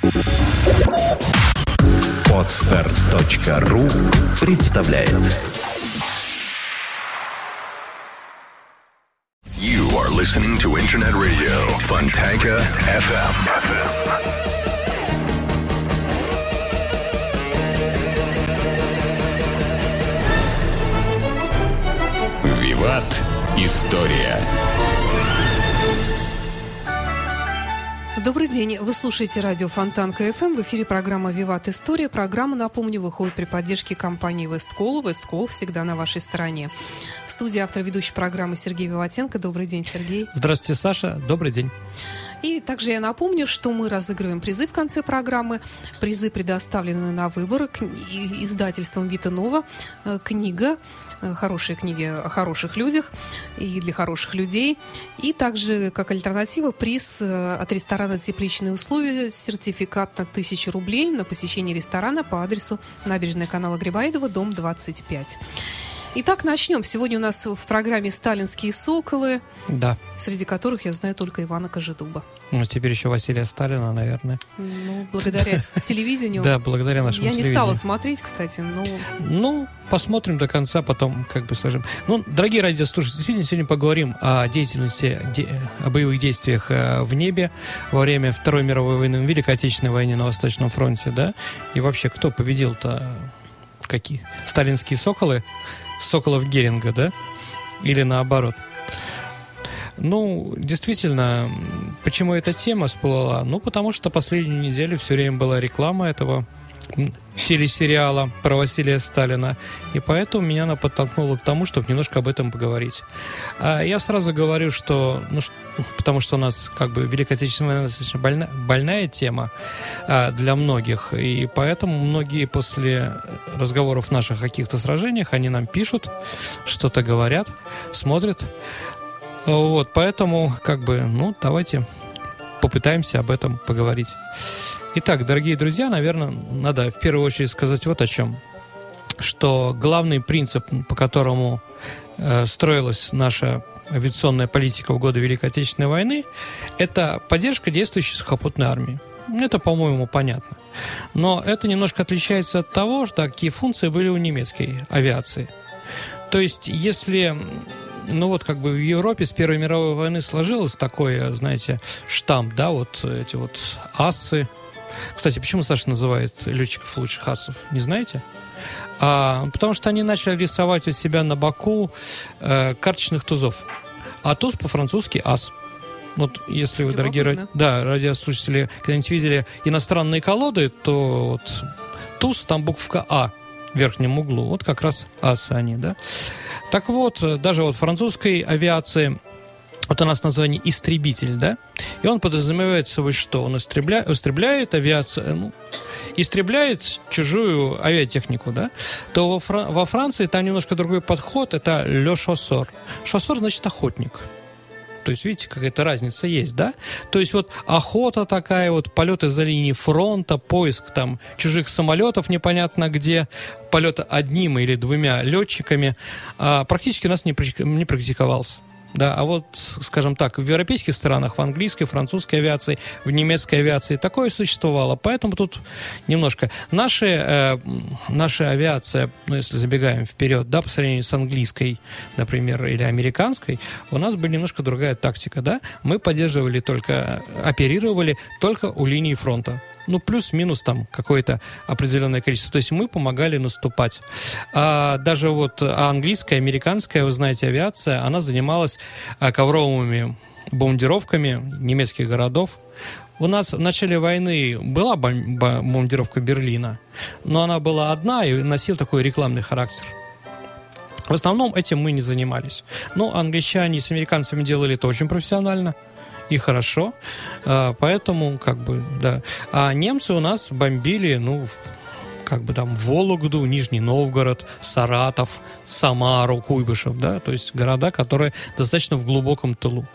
Podster.ru представляет. You are listening to Internet Radio Fontanka FM. Виват. История. Добрый день. Вы слушаете радио Фонтанка ФМ. В эфире программа «Виват. История». Программа, напомню, выходит при поддержке компании «Весткол». «Весткол» всегда на вашей стороне. В студии автор ведущей программы Сергей Виватенко. Добрый день, Сергей. Здравствуйте, Саша. Добрый день. И также я напомню, что мы разыгрываем призы в конце программы. Призы предоставлены на выбор издательством «Вита Нова». Книга. Хорошие книги о хороших людях и для хороших людей. И также, как альтернатива, приз от ресторана «Тепличные условия», сертификат на 1000 рублей на посещение ресторана по адресу набережная канала Грибоедова, дом 25. Итак, начнем. Сегодня у нас в программе «Сталинские соколы», да, среди которых я знаю только Ивана Кожедуба. Ну, теперь еще Василия Сталина, наверное. Ну, благодаря телевидению. Да, благодаря нашему телевидению. Я не стала смотреть, кстати, но... Ну, посмотрим до конца, потом как бы сложим. Ну, дорогие радиослушатели, сегодня поговорим о деятельности, о боевых действиях в небе во время Второй мировой войны, Великой Отечественной войны на Восточном фронте, да? И вообще, кто победил-то? Какие? Сталинские соколы? Соколов Геринга, да? Или наоборот? Ну, действительно, почему эта тема всплыла? Ну, потому что последнюю неделю все время была реклама этого телесериала про Василия Сталина, и поэтому меня она подтолкнула к тому, чтобы немножко об этом поговорить. Я сразу говорю, что, потому что у нас как бы Великая Отечественная война достаточно больная тема для многих, и поэтому многие после разговоров наших о каких-то сражениях, они нам пишут, что-то говорят, смотрят. Вот, поэтому, как бы, давайте попытаемся об этом поговорить. Итак, дорогие друзья, наверное, надо в первую очередь сказать вот о чем. Что главный принцип, по которому строилась наша авиационная политика в годы Великой Отечественной войны, это поддержка действующей сухопутной армии. Это, по-моему, понятно. Но это немножко отличается от того, что какие функции были у немецкой авиации. То есть, если... как бы в Европе с Первой мировой войны сложилось такое, знаете, штамп, да, вот эти вот ассы. Кстати, почему Саша называет летчиков лучших ассов? Не знаете? Потому что они начали рисовать у себя на боку карточных тузов. А туз по-французски ас. Вот если вы, дорогие радиослушатели, когда-нибудь видели иностранные колоды, то вот туз, там буковка А в верхнем углу. Вот как раз асы они, да? Так вот, даже вот в французской авиации, вот у нас название «истребитель», да? И он подразумевает собой что? Он истребляет авиацию, истребляет чужую авиатехнику, да? То во Франции там немножко другой подход, это «le chasseur». «Chasseur» значит «охотник». То есть, видите, какая-то разница есть, да? То есть, вот охота такая, вот полеты за линией фронта, поиск там чужих самолетов непонятно где, полет одним или двумя летчиками, практически у нас не практиковался. Да, а вот, скажем так, в европейских странах, в английской, французской авиации, в немецкой авиации такое существовало. Поэтому тут немножко... Наша авиация, если забегаем вперед, да, по сравнению с английской, например, или американской, у нас была немножко другая тактика, да. Мы оперировали только у линии фронта. Плюс-минус там какое-то определенное количество. То есть мы помогали наступать. Даже вот английская, американская, вы знаете, авиация, она занималась ковровыми бомбардировками немецких городов. У нас в начале войны была бомбардировка Берлина, но она была одна и носила такой рекламный характер. В основном этим мы не занимались. Но англичане с американцами делали это очень профессионально. И хорошо, поэтому, да. А немцы у нас бомбили, Вологду, Нижний Новгород, Саратов, Самару, Куйбышев, да, то есть города, которые достаточно в глубоком тылу.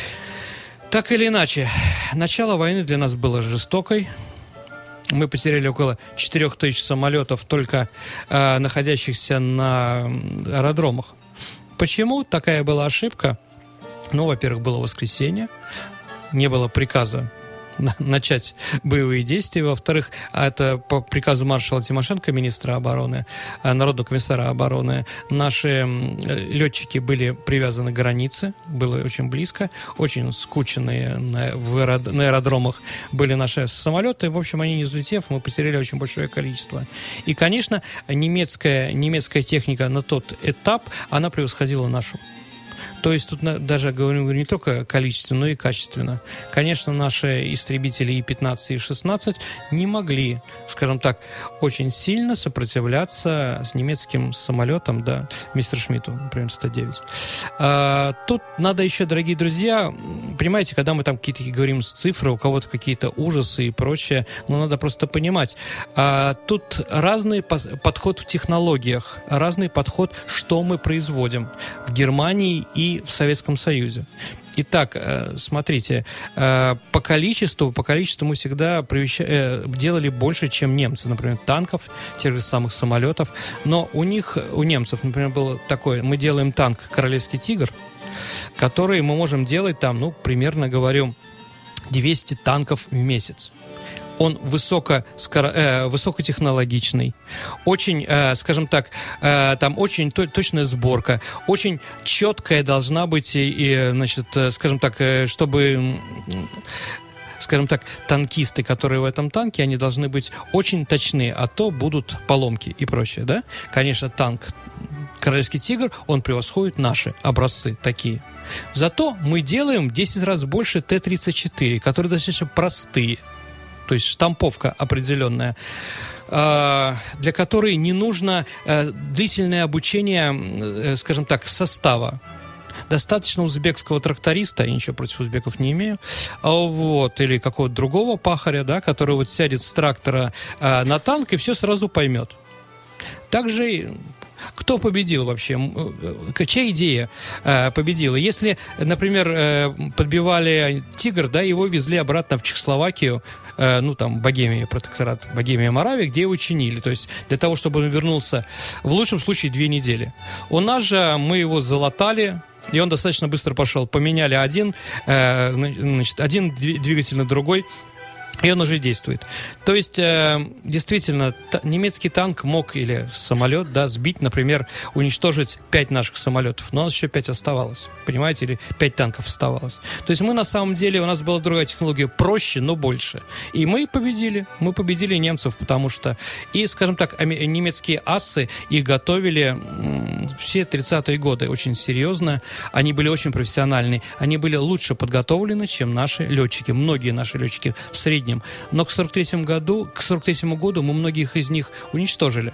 Так или иначе, начало войны для нас было жестокой. Мы потеряли около 4000 самолетов, только находящихся на аэродромах. Почему такая была ошибка? Во-первых, было воскресенье, не было приказа начать боевые действия. Во-вторых, это по приказу маршала Тимошенко, министра обороны, Народного комиссара обороны, наши летчики были привязаны к границе, было очень близко, очень скученные на аэродромах были наши самолеты. В общем, они не взлетев, мы потеряли очень большое количество. И, конечно, немецкая техника на тот этап, она превосходила нашу. То есть тут даже, говорю, не только количественно, но и качественно. Конечно, наши истребители И-15 и И-16 не могли, скажем так, очень сильно сопротивляться с немецким самолетом, да, Мессершмитту, например, 109. Тут надо еще, дорогие друзья, понимаете, когда мы там какие-то говорим цифры, у кого-то какие-то ужасы и прочее, но надо просто понимать, тут разный подход в технологиях, разный подход, что мы производим в Германии и в Советском Союзе. Итак, смотрите, по количеству мы всегда делали больше, чем немцы, например, танков, тех же самых самолетов, но у немцев, например, было такое, мы делаем танк «Королевский тигр», который мы можем делать там, примерно, говорю, 200 танков в месяц. Он высокотехнологичный, очень, скажем так, там очень точная сборка, очень четкая должна быть, значит, скажем так, чтобы... Скажем так, танкисты, которые в этом танке, они должны быть очень точны, а то будут поломки и прочее, да? Конечно, танк «Королевский тигр», он превосходит наши образцы такие. Зато мы делаем в 10 раз больше Т-34, которые достаточно простые. То есть штамповка определенная, для которой не нужно длительное обучение, скажем так, состава. Достаточно узбекского тракториста, я ничего против узбеков не имею, или какого-то другого пахаря, да, который вот сядет с трактора на танк и все сразу поймет. Также... Кто победил вообще? Чья идея победила? Если, например, подбивали «Тигр», да, его везли обратно в Чехословакию, Богемия, протекторат Богемия-Моравия, где его чинили. То есть для того, чтобы он вернулся, в лучшем случае, 2 недели. У нас же мы его залатали, и он достаточно быстро пошел. Поменяли один двигатель на другой, и он уже действует. То есть, действительно, немецкий танк мог, или самолет, да, сбить, например, уничтожить 5 наших самолетов, но у нас еще 5 оставалось, понимаете, или 5 танков оставалось. То есть мы, на самом деле, у нас была другая технология, проще, но больше. И мы победили немцев, потому что, и, скажем так, немецкие ассы их готовили все 30-е годы очень серьезно, они были очень профессиональны, они были лучше подготовлены, чем наши летчики, многие наши летчики в среднем. Но к 43-му году мы многих из них уничтожили.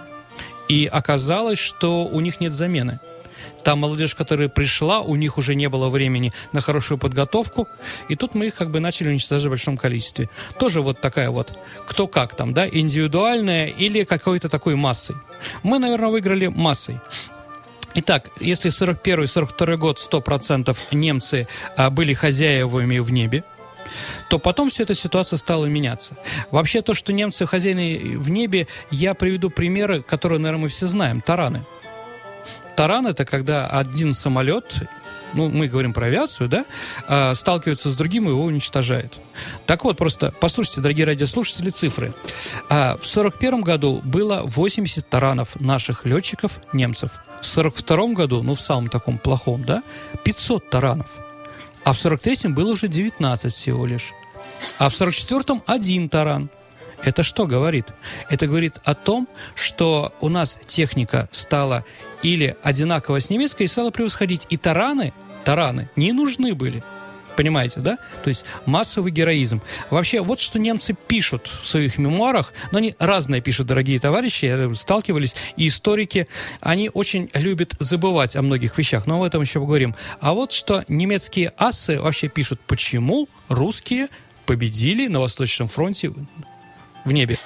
И оказалось, что у них нет замены. Та молодежь, которая пришла, у них уже не было времени на хорошую подготовку, и тут мы их начали уничтожать в большом количестве. Тоже вот такая вот, кто как там, да, индивидуальная или какой-то такой массой. Мы, наверное, выиграли массой. Итак, если 41-42 год 100% немцы были хозяевами в небе, то потом вся эта ситуация стала меняться. Вообще то, что немцы хозяины в небе, я приведу примеры, которые, наверное, мы все знаем. Тараны. Таран — это когда один самолет, мы говорим про авиацию, да, сталкивается с другим и его уничтожает. Так вот, просто послушайте, дорогие радиослушатели, цифры. В 41 году было 80 таранов наших летчиков, немцев. В 42 году, в самом таком плохом, да, 500 таранов. А в 43-м было уже 19 всего лишь. А в 44-м 1 таран. Это что говорит? Это говорит о том, что у нас техника стала или одинакова с немецкой и стала превосходить. И тараны не нужны были. Понимаете, да? То есть массовый героизм. Вообще, вот что немцы пишут в своих мемуарах, но они разное пишут, дорогие товарищи, сталкивались, и историки, они очень любят забывать о многих вещах, но об этом еще поговорим. А вот что немецкие ассы вообще пишут, почему русские победили на Восточном фронте в небе.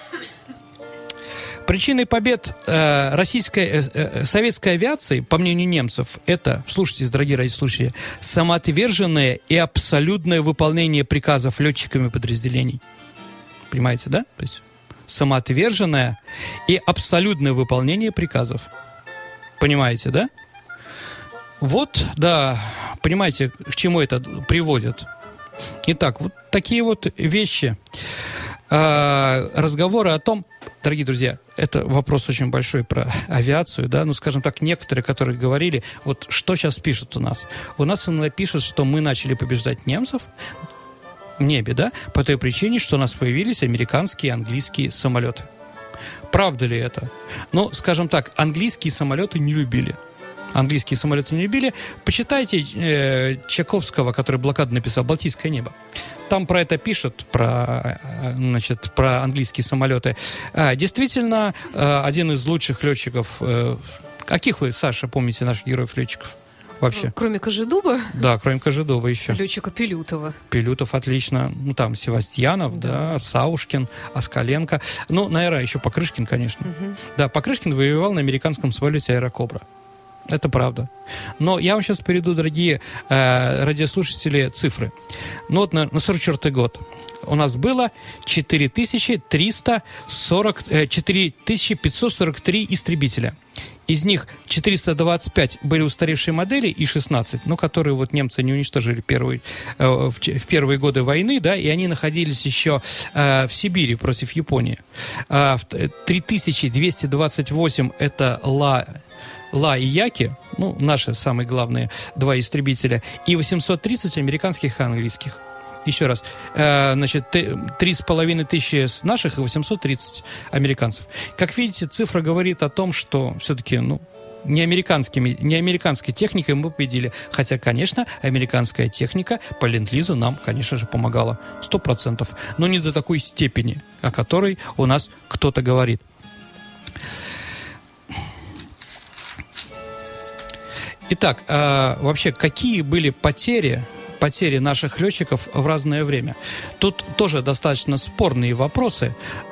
Причиной побед советской авиации, по мнению немцев, это, слушайтесь, дорогие радиослушатели, самоотверженное и абсолютное выполнение приказов летчиками подразделений. Понимаете, да? То есть самоотверженное и абсолютное выполнение приказов. Понимаете, да? Вот, да, понимаете, к чему это приводит. Итак, вот такие вот вещи. Разговоры о том, дорогие друзья, это вопрос очень большой про авиацию, да, ну, скажем так, некоторые, которые говорили, вот что сейчас пишут у нас. У нас иногда пишут, что мы начали побеждать немцев в небе, да, по той причине, что у нас появились американские и английские самолеты. Правда ли это? Ну, скажем так, английские самолеты не любили. Английские самолеты не любили. Почитайте Чайковского, который блокаду написал «Балтийское небо». Там про это пишут, про английские самолеты. Действительно, один из лучших летчиков... Каких вы, Саша, помните наших героев-летчиков? Вообще. Кроме Кожедуба? Да, кроме Кожедуба еще. Летчика Пилютова. Пилютов, отлично. Ну, там Севастьянов, да, Саушкин, Оскаленко. Ну, наверное, еще Покрышкин, конечно. Да, Покрышкин воевал на американском самолете «Аэрокобра». Это правда. Но я вам сейчас перейду, дорогие радиослушатели, цифры. Ну, вот на 44-й год у нас было 4543 истребителя. Из них 425 были устаревшие модели и 16, ну, которые вот немцы не уничтожили в первые годы войны, да, и они находились еще в Сибири против Японии. 3228 это Ла и Яки, ну, наши самые главные два истребителя, и 830 американских и английских. Еще раз, значит, 3500 наших и 830 американцев. Как видите, цифра говорит о том, что все-таки, ну, не американской техникой мы победили. Хотя, конечно, американская техника по ленд-лизу нам, конечно же, помогала 100%. Но не до такой степени, о которой у нас кто-то говорит. Итак, вообще, какие были потери наших летчиков в разное время? Тут тоже достаточно спорные вопросы,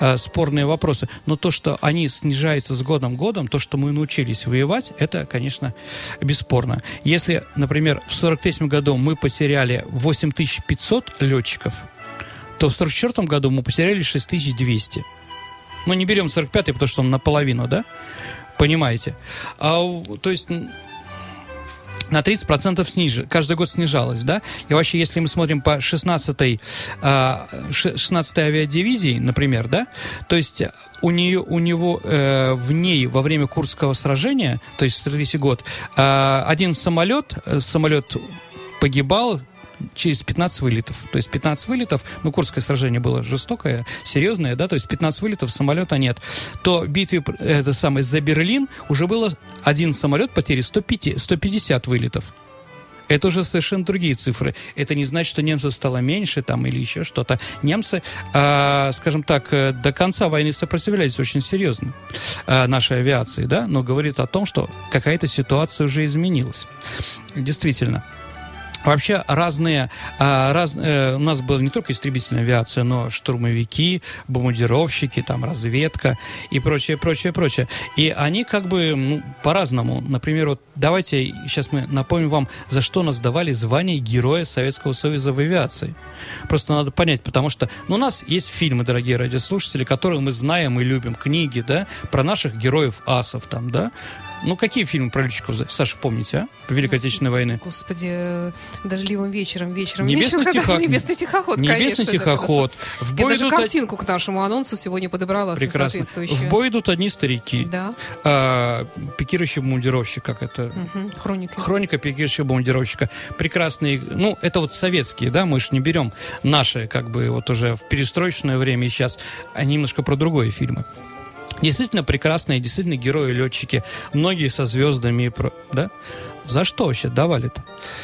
но то, что они снижаются с годом, то, что мы научились воевать, это, конечно, бесспорно. Если, например, в 1943 году мы потеряли 8500 летчиков, то в 1944 году мы потеряли 6200. Ну, не берем 45-й, потому что он наполовину, да? Понимаете? То есть... на 30% каждый год снижалось, да? И вообще, если мы смотрим по 16-й авиадивизии, например, да, то есть в ней во время Курского сражения, то есть 1943 год, один самолет погибал через 15 вылетов. То есть 15 вылетов, ну, Курское сражение было жестокое, серьезное, да, то есть 15 вылетов, самолета нет. То в битве за Берлин уже было один самолет, потери 150 вылетов. Это уже совершенно другие цифры. Это не значит, что немцев стало меньше там или еще что-то. Немцы, скажем так, до конца войны сопротивлялись очень серьезно нашей авиации, да, но говорит о том, что какая-то ситуация уже изменилась. Действительно. Вообще у нас была не только истребительная авиация, но штурмовики, бомбардировщики, там, разведка и прочее. И они как бы по-разному. Например, вот давайте сейчас мы напомним вам, за что нас давали звание Героя Советского Союза в авиации. Просто надо понять, потому что у нас есть фильмы, дорогие радиослушатели, которые мы знаем и любим, книги, да, про наших героев-асов там, да. Ну, какие фильмы про летчиков, Саша, помните, а? Великой Отечественной войны. Господи, дождливым вечером. Небесный тихоход, конечно. Тихоход. Я даже картинку к нашему анонсу сегодня подобрала. Прекрасно. В бой идут одни старики. Да. Пикирующий бомбардировщик, как это? Хроника пикирующего бомбардировщика. Прекрасные, ну, это вот советские, да, мы же не берем наши, как бы, вот уже в перестроечное время и сейчас, а немножко про другие фильмы. Действительно прекрасные, действительно герои-летчики. Многие со звездами, да? За что вообще давали-то?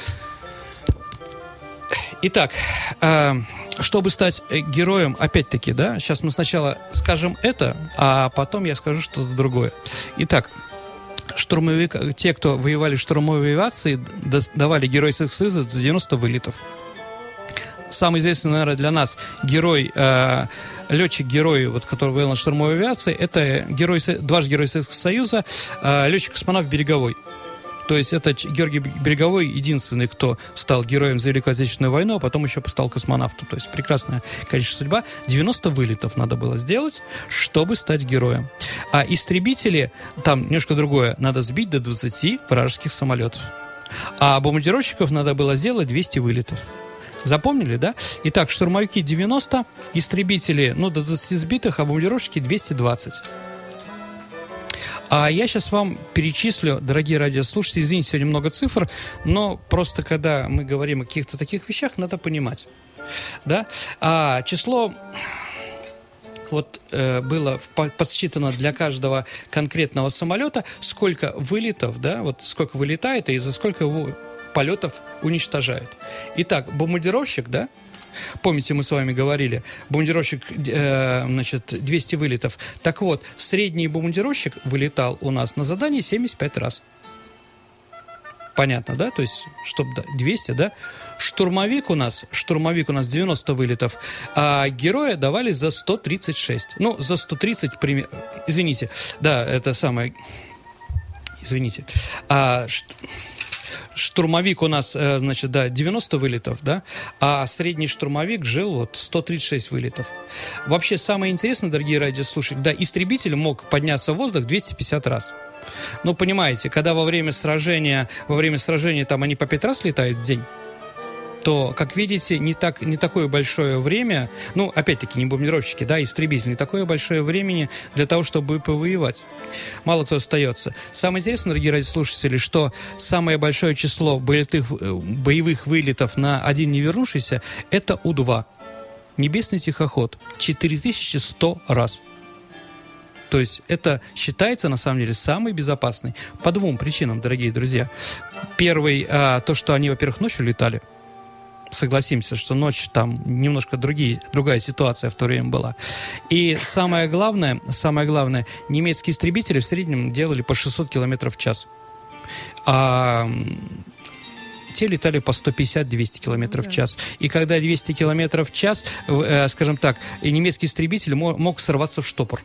Итак, чтобы стать героем, опять-таки, да, сейчас мы сначала скажем это, а потом я скажу что-то другое. Итак, те, кто воевали в штурмовой авиации, давали Герой Советского Союза за 90 вылетов. Самый известный, наверное, для нас летчик-герой, вот, который воевал на штурмовой авиации, это дважды Герой Советского Союза, летчик-космонавт Береговой. То есть это Георгий Береговой единственный, кто стал героем за Великую Отечественную войну, а потом еще стал космонавтом. То есть прекрасная, конечно, судьба. 90 вылетов надо было сделать, чтобы стать героем. А истребители, там немножко другое, надо сбить до 20 вражеских самолетов. А бомбардировщиков надо было сделать 200 вылетов. Запомнили, да? Итак, штурмовики 90, истребители, до 20 сбитых, а бомбардировщики 220. А я сейчас вам перечислю, дорогие радиослушатели, извините, сегодня много цифр, но просто когда мы говорим о каких-то таких вещах, надо понимать. Да? Число было подсчитано для каждого конкретного самолета, сколько вылетов, да, сколько вылетает и за сколько его полетов уничтожают. Итак, бомбардировщик, да, помните, мы с вами говорили, бомбардировщик, 200 вылетов. Так вот, средний бомбардировщик вылетал у нас на задании 75 раз. Понятно, да? То есть, чтобы 200, да? Штурмовик у нас 90 вылетов, а героя давали за 136. За 130, извините, да, это самое, извините. Штурмовик у нас, 90 вылетов, да, а средний штурмовик жил 136 вылетов. Вообще, самое интересное, дорогие радиослушатели, да, истребитель мог подняться в воздух 250 раз. Понимаете, когда во время сражения там они по 5 раз летают в день, то, как видите, не такое большое время, опять-таки, не бомбардировщики, да, истребители, не такое большое времени для того, чтобы повоевать. Мало кто остается. Самое интересное, дорогие радиослушатели, что самое большое число боевых вылетов на один не вернувшийся – это У-2. Небесный тихоход. 4100 раз. То есть это считается, на самом деле, самый безопасный. По двум причинам, дорогие друзья. Первый, то, что они, во-первых, ночью летали. Согласимся, что ночь там немножко другая ситуация в то время была. И самое главное, немецкие истребители в среднем делали по 600 км в час. А те летали по 150-200 км в час. И когда 200 км в час, скажем так, немецкий истребитель мог сорваться в штопор.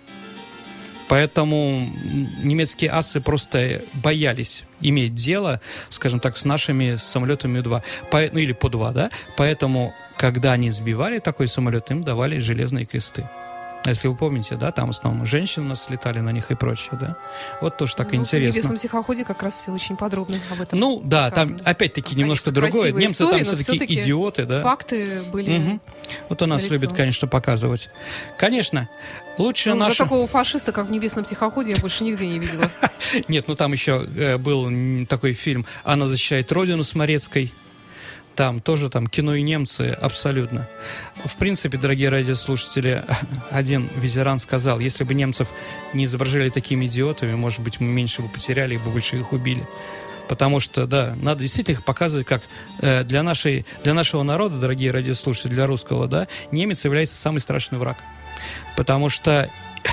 Поэтому немецкие асы просто боялись иметь дело, скажем так, с нашими самолетами У-2. Или по 2, да? Поэтому, когда они сбивали такой самолет, им давали железные кресты. Если вы помните, да, там в основном женщины у нас летали на них и прочее, да. Вот тоже так интересно. В «Небесном тихоходе» как раз все очень подробно об этом да, сказано. Там опять-таки немножко другое. Немцы истории, там все-таки идиоты, да. Факты были Вот у нас любят, конечно, показывать. Конечно, лучше за такого фашиста, как в «Небесном тихоходе», я больше нигде не видела. Нет, там еще был такой фильм «Она защищает Родину» с Морецкой. Там тоже кино и немцы абсолютно. В принципе, дорогие радиослушатели, один ветеран сказал, если бы немцев не изображали такими идиотами, может быть, мы меньше бы потеряли и больше их убили. Потому что, да, надо действительно их показывать, как для нашего народа, дорогие радиослушатели, для русского, да, немец является самый страшный враг. Потому что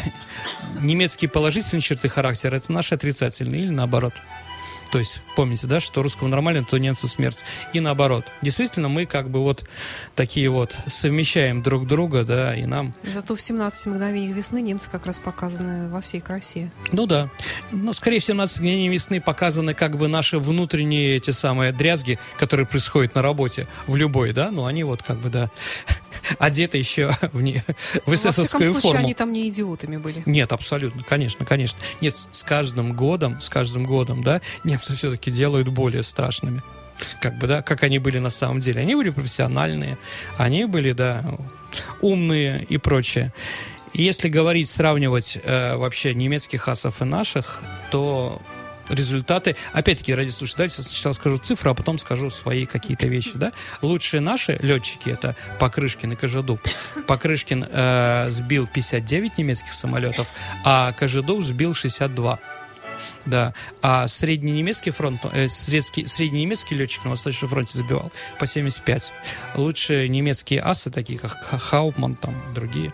немецкие положительные черты характера – это наши отрицательные или наоборот. То есть, помните, да, что русскому нормально, то немцу смерть. И наоборот. Действительно, мы такие совмещаем друг друга, да, и нам... Зато в 17 мгновениях весны немцы как раз показаны во всей красе. Да. Скорее, в 17 мгновениях весны показаны наши внутренние эти самые дрязги, которые происходят на работе, в любой, да, они да, одеты еще в эсэсовскую форму. Во всяком случае, они там не идиотами были. Нет, абсолютно, конечно. Нет, с каждым годом, да, немцы все-таки делают более страшными. Как они были на самом деле. Они были профессиональные, они были, да, умные и прочее. И если сравнивать вообще немецких асов и наших, то результаты... Опять-таки, радиослушатели, давайте сначала скажу цифры, а потом скажу свои какие-то вещи, да. Лучшие наши летчики — это Покрышкин и Кожедуб. Покрышкин сбил 59 немецких самолетов, а Кожедуб сбил 62. Да. А средненемецкий летчик на Восточном фронте забивал по 75. Лучшие немецкие асы, такие как Хаупман, там, другие,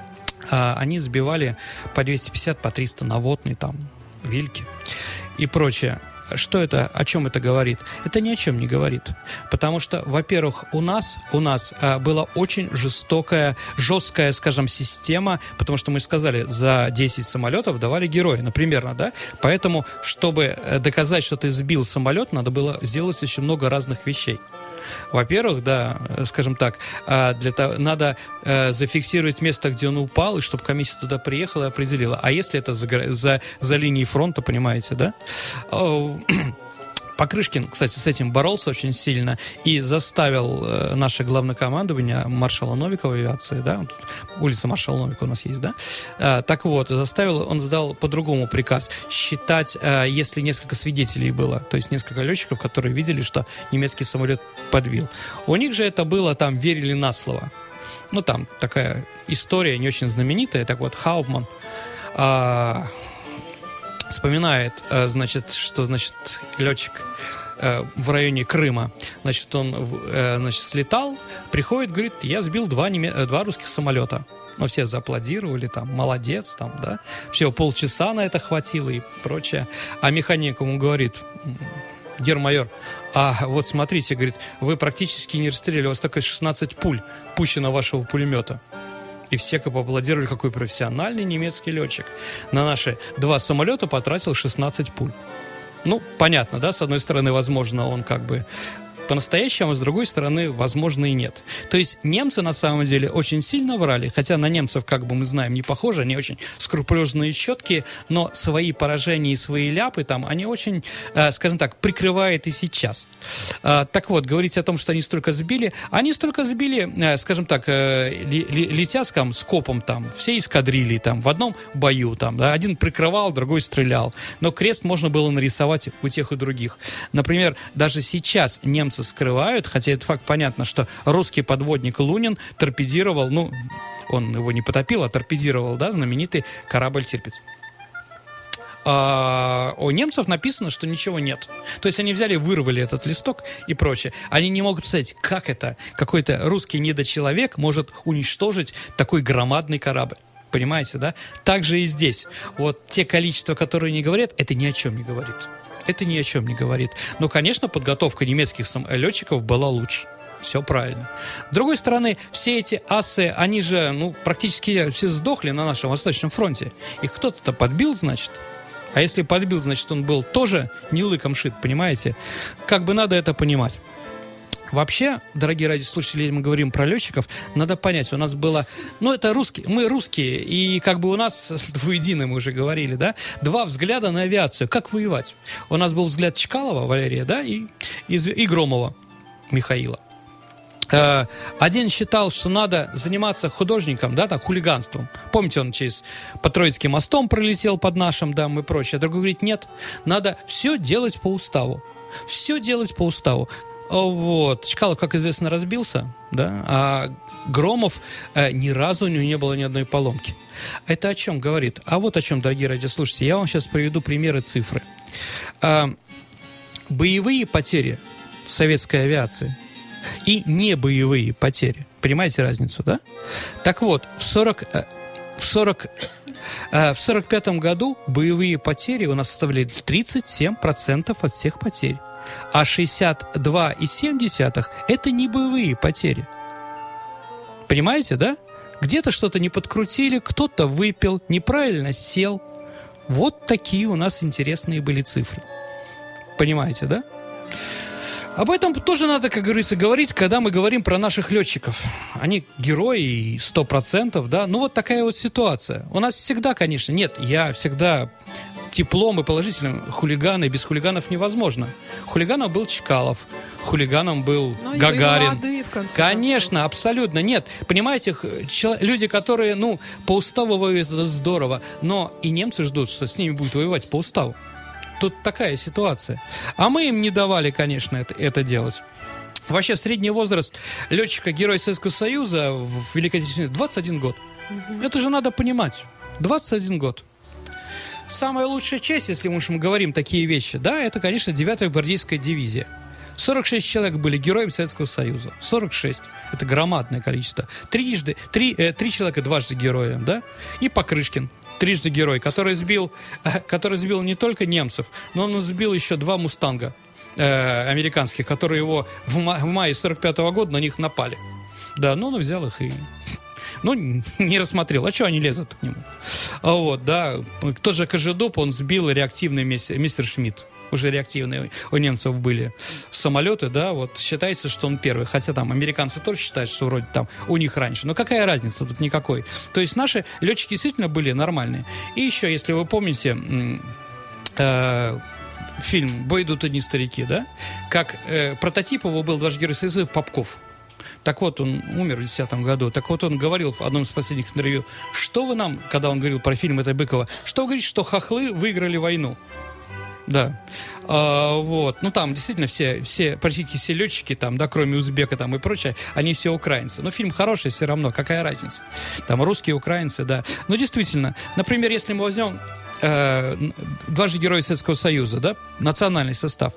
они сбивали по 250, по 300 Новотный, там, Вильке и прочее. Что это, о чем это говорит? Это ни о чем не говорит. Потому что, во-первых, у нас была очень жесткая, скажем, система, потому что мы сказали, за 10 самолетов давали героя, например, да? Поэтому, чтобы доказать, что ты сбил самолет, надо было сделать очень много разных вещей. Во-первых, да, скажем так, надо зафиксировать место, где он упал, и чтобы комиссия туда приехала и определила. А если это за линией фронта, понимаете, да? Покрышкин, кстати, с этим боролся очень сильно и заставил наше главнокомандование маршала Новикова авиации, да, тут улица маршала Новикова у нас есть, да, так вот, он сдал по-другому приказ считать, если несколько свидетелей было, то есть несколько летчиков, которые видели, что немецкий самолет подбил. У них же это было, там, верили на слово. Ну, там такая история не очень знаменитая, так вот, Хаупман вспоминает, значит, что, значит, летчик в районе Крыма, значит, он, значит, слетал, приходит, говорит, я сбил два русских самолета. Ну, все зааплодировали, там, молодец, там, да. Всего полчаса на это хватило и прочее. А механик ему говорит, гермайор, а вот смотрите, говорит, вы практически не расстреляли, у вас только 16 пуль пущено вашего пулемета. И все поаплодировали, какой профессиональный немецкий летчик. На наши 2 самолета потратил 16 пуль. Ну, понятно, да, с одной стороны, возможно, он как бы по-настоящему, а с другой стороны, возможно, и нет. То есть немцы, на самом деле, очень сильно врали, хотя на немцев, как бы мы знаем, не похоже, они очень скрупулезные и четкие, но свои поражения и свои ляпы там, они очень, скажем так, прикрывают и сейчас. Так вот, говорить о том, что они столько сбили, скажем так, летя с копом там, все эскадрильи там, в одном бою там, да, один прикрывал, другой стрелял, но крест можно было нарисовать у тех и других. Например, даже сейчас немцы скрывают, хотя это факт понятно, что русский подводник Лунин торпедировал, ну, он его не потопил, а торпедировал, да, знаменитый корабль «Тирпиц». А у немцев написано, что ничего нет. То есть они взяли, вырвали этот листок и прочее. Они не могут представить, как это какой-то русский недочеловек может уничтожить такой громадный корабль. Понимаете, да? Так же и здесь. Вот те количества, которые не говорят, это ни о чем не говорит. Это ни о чем не говорит. Но, конечно, подготовка немецких летчиков была лучше. Все правильно. С другой стороны, все эти асы, они же, ну, практически все сдохли на нашем Восточном фронте. Их кто-то подбил, значит. А если подбил, значит, он был тоже не лыком шит, понимаете? Как бы надо это понимать. Вообще, дорогие радиослушатели, если мы говорим про летчиков, надо понять, у нас было... Ну, это русские, мы русские, и как бы у нас, двуедино мы уже говорили, да, 2 взгляда на авиацию. Как воевать? У нас был взгляд Чкалова, Валерия, да, и Громова, Михаила. Один считал, что надо заниматься художником, да, так, хулиганством. Помните, он по Троицким мостом пролетел под нашим, да, и прочее. А другой говорит, нет, надо все делать по уставу. Все делать по уставу. Вот. Чкалов, как известно, разбился, да, а Громов ни разу у него не было ни одной поломки. Это о чем говорит? А вот о чем, дорогие радиослушатели, я вам сейчас приведу примеры, цифры. Боевые потери советской авиации и небоевые потери. Понимаете разницу, да? Так вот, в 1945 году боевые потери у нас составляли 37% от всех потерь. А 62,7% это не боевые потери. Понимаете, да? Где-то что-то не подкрутили, кто-то выпил, неправильно сел. Вот такие у нас интересные были цифры. Понимаете, да? Об этом тоже надо, как говорится, говорить, когда мы говорим про наших летчиков. Они герои 100%, да? Ну вот такая вот ситуация. У нас всегда, конечно, я всегда... теплом и положительным. Хулиганы, без хулиганов невозможно. Хулиганом был Чкалов, хулиганом был Гагарин. Молодые, в конце Конечно, концов. Абсолютно. Нет, понимаете, люди, которые, ну, по уставу воюют, это здорово, но и немцы ждут, что с ними будет воевать по уставу. Тут такая ситуация. А мы им не давали, конечно, это делать. Вообще, средний возраст летчика Героя Советского Союза в Великой Отечественной 21 год. Это же надо понимать. 21 год. Самая лучшая часть, если мы уж говорим такие вещи, да, это, конечно, 9-я гвардейская дивизия. 46 человек были героями Советского Союза. 46. Это громадное количество. Три человека дважды героем, да? И Покрышкин, трижды герой, который сбил не только немцев, но он сбил еще 2 «Мустанга» американских, которые его в мае 45-го года на них напали. Да, но он взял их и... Ну, не рассмотрел. А что они лезут к нему? Вот, да. Тот же Кожедуб, он сбил реактивный Мессершмитт. Уже реактивные у немцев были самолеты, да, вот считается, что он первый. Хотя там американцы тоже считают, что вроде там у них раньше. Но какая разница? Тут никакой. То есть наши летчики действительно были нормальные. И еще, если вы помните... фильм «Бой идут одни старики», да? Как прототип его был «Ваш герой Союза» Попков. Так вот, он умер в 2010 году. Так вот, он говорил в одном из последних интервью, что вы нам, когда он говорил про фильм этой Быкова, что вы говорите, что хохлы выиграли войну. Да. Вот. Ну, там действительно практически все летчики, там, да, кроме узбека там, и прочее, они все украинцы. Но фильм хороший все равно, какая разница. Там русские, украинцы, да. Но действительно, например, если мы возьмем «Дважды Герои Советского Союза», да, национальный состав,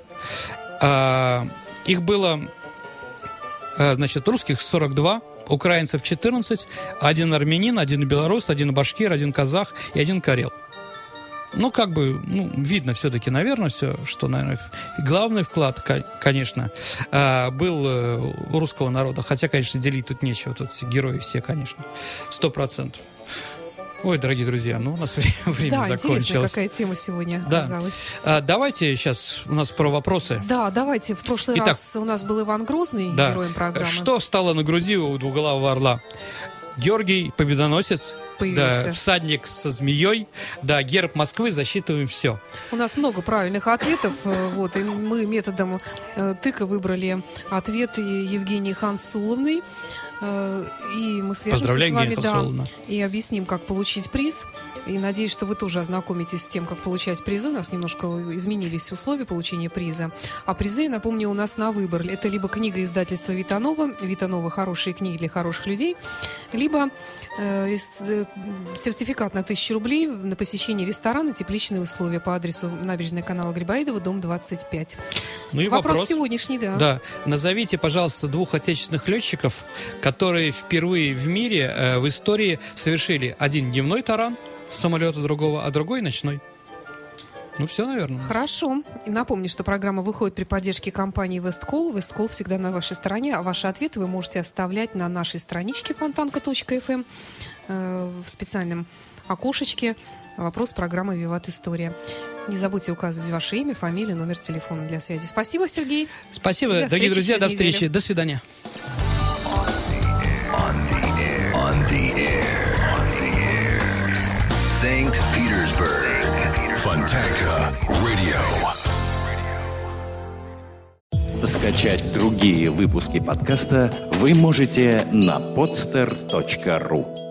их было, значит, русских 42, украинцев 14, один армянин, один белорус, один башкир, один казах и один карел. Ну, как бы, видно все-таки, наверное, все, что, наверное, главный вклад, конечно, был у русского народа. Хотя, конечно, делить тут нечего. Тут все герои все, конечно, 100%. Ой, дорогие друзья, у нас время закончилось. Да, интересная какая тема сегодня оказалась. Давайте сейчас у нас про вопросы. Да, давайте. В прошлый раз у нас был Иван Грозный, героем программы. Что стало на груди у двуглавого орла? Георгий Победоносец. Появился. Да, всадник со змеей, да, герб Москвы, засчитываем все. У нас много правильных ответов, вот, и мы методом тыка выбрали ответ Евгении Хансуловны, и мы свяжемся с вами, да, и объясним, как получить приз. И надеюсь, что вы тоже ознакомитесь с тем, как получать призы. У нас немножко изменились условия получения приза. А призы, напомню, у нас на выбор. Это либо книга издательства Витанова, Витанова «Хорошие книги для хороших людей», либо сертификат на 1000 рублей на посещение ресторана «Тепличные условия» по адресу набережная канала Грибоедова, дом 25. Ну и вопрос сегодняшний, да. Да. Назовите, пожалуйста, 2 отечественных летчиков, которые впервые в мире в истории совершили один дневной таран самолета другого, а другой ночной. Ну, все, наверное. Хорошо. И напомню, что программа выходит при поддержке компании Весткол. Весткол всегда на вашей стороне, а ваши ответы вы можете оставлять на нашей страничке fontanka.fm в специальном окошечке «Вопрос программы «Виват История». Не забудьте указывать ваше имя, фамилию, номер телефона для связи. Спасибо, Сергей. Спасибо, дорогие друзья. До встречи. До свидания. On the air. St. Petersburg. Fontanka Radio. Скачать другие выпуски подкаста вы можете на podster.ru.